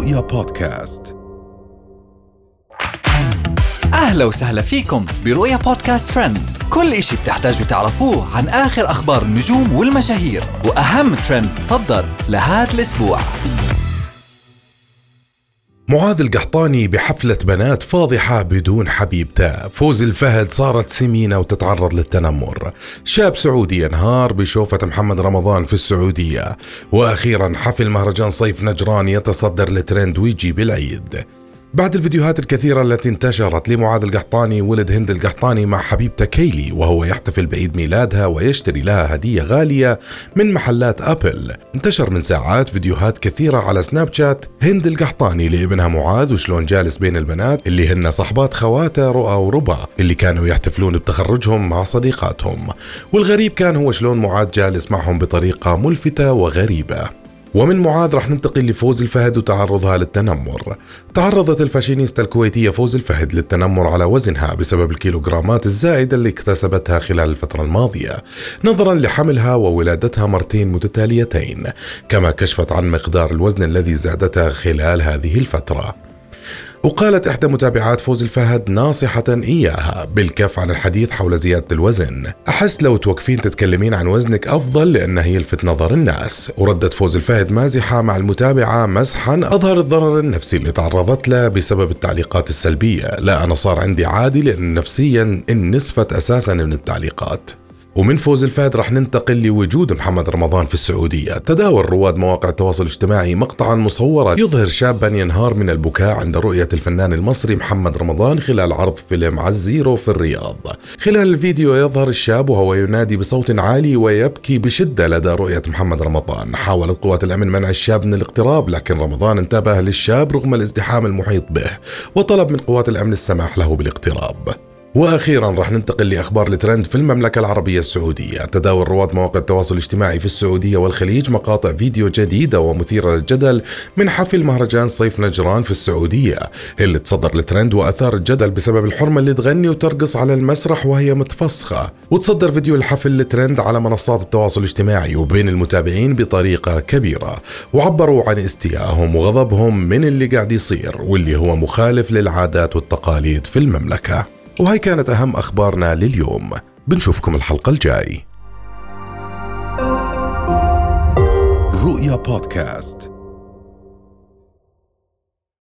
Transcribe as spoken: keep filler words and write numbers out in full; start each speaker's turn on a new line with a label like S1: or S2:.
S1: رؤيا بودكاست.
S2: أهلا وسهلا فيكم برؤيا بودكاست ترند، كل إشي بتحتاجوا تعرفوه عن آخر أخبار النجوم والمشاهير وأهم ترند صدر لهذا الأسبوع.
S1: معاذ القحطاني بحفلة بنات فاضحة بدون حبيبته. فوز الفهد صارت سمينة وتتعرض للتنمر. شاب سعودي ينهار بشوفة محمد رمضان في السعودية. وأخيرا حفل مهرجان صيف نجران يتصدر الترند ويجيب العيد. بعد الفيديوهات الكثيرة التي انتشرت لمعاذ القحطاني ولد هند القحطاني مع حبيبته كيلي وهو يحتفل بعيد ميلادها ويشتري لها هدية غالية من محلات أبل، انتشر من ساعات فيديوهات كثيرة على سناب شات هند القحطاني لابنها معاذ وشلون جالس بين البنات اللي هن صحبات خواته رؤى وربا اللي كانوا يحتفلون بتخرجهم مع صديقاتهم. والغريب كان هو شلون معاذ جالس معهم بطريقة ملفتة وغريبة. ومن معاذ رح ننتقل لفوز الفهد وتعرضها للتنمر. تعرضت الفاشينيستا الكويتية فوز الفهد للتنمر على وزنها بسبب الكيلوغرامات الزائدة اللي اكتسبتها خلال الفترة الماضية نظرا لحملها وولادتها مرتين متتاليتين، كما كشفت عن مقدار الوزن الذي زادته خلال هذه الفترة. وقالت إحدى متابعات فوز الفهد ناصحة إياها بالكف عن الحديث حول زيادة الوزن، أحس لو توقفين تتكلمين عن وزنك أفضل لأنه يلفت نظر الناس. وردت فوز الفهد مازحة مع المتابعة مزحا أظهر الضرر النفسي اللي تعرضت له بسبب التعليقات السلبية. لا أنا صار عندي عادي لأن نفسيا انسفت أساسا من التعليقات. ومن فوز الفهد رح ننتقل لوجود محمد رمضان في السعودية. تداول رواد مواقع التواصل الاجتماعي مقطعا مصورا يظهر شابا ينهار من البكاء عند رؤية الفنان المصري محمد رمضان خلال عرض فيلم عزيرو في الرياض. خلال الفيديو يظهر الشاب وهو ينادي بصوت عالي ويبكي بشدة لدى رؤية محمد رمضان. حاولت قوات الأمن منع الشاب من الاقتراب لكن رمضان انتبه للشاب رغم الازدحام المحيط به وطلب من قوات الأمن السماح له بالاقتراب. وأخيرا رح ننتقل لأخبار الترند في المملكة العربية السعودية. تداول رواد مواقع التواصل الاجتماعي في السعودية والخليج مقاطع فيديو جديدة ومثيرة للجدل من حفل مهرجان صيف نجران في السعودية اللي تصدر الترند وأثار الجدل بسبب الحرمة اللي تغني وترقص على المسرح وهي متفسخة. وتصدر فيديو الحفل الترند على منصات التواصل الاجتماعي وبين المتابعين بطريقة كبيرة، وعبروا عن استيائهم وغضبهم من اللي قاعد يصير واللي هو مخالف للعادات والتقاليد في المملكة. وهي كانت أهم أخبارنا لليوم. بنشوفكم الحلقة الجاي.
S3: رؤيا بودكاست.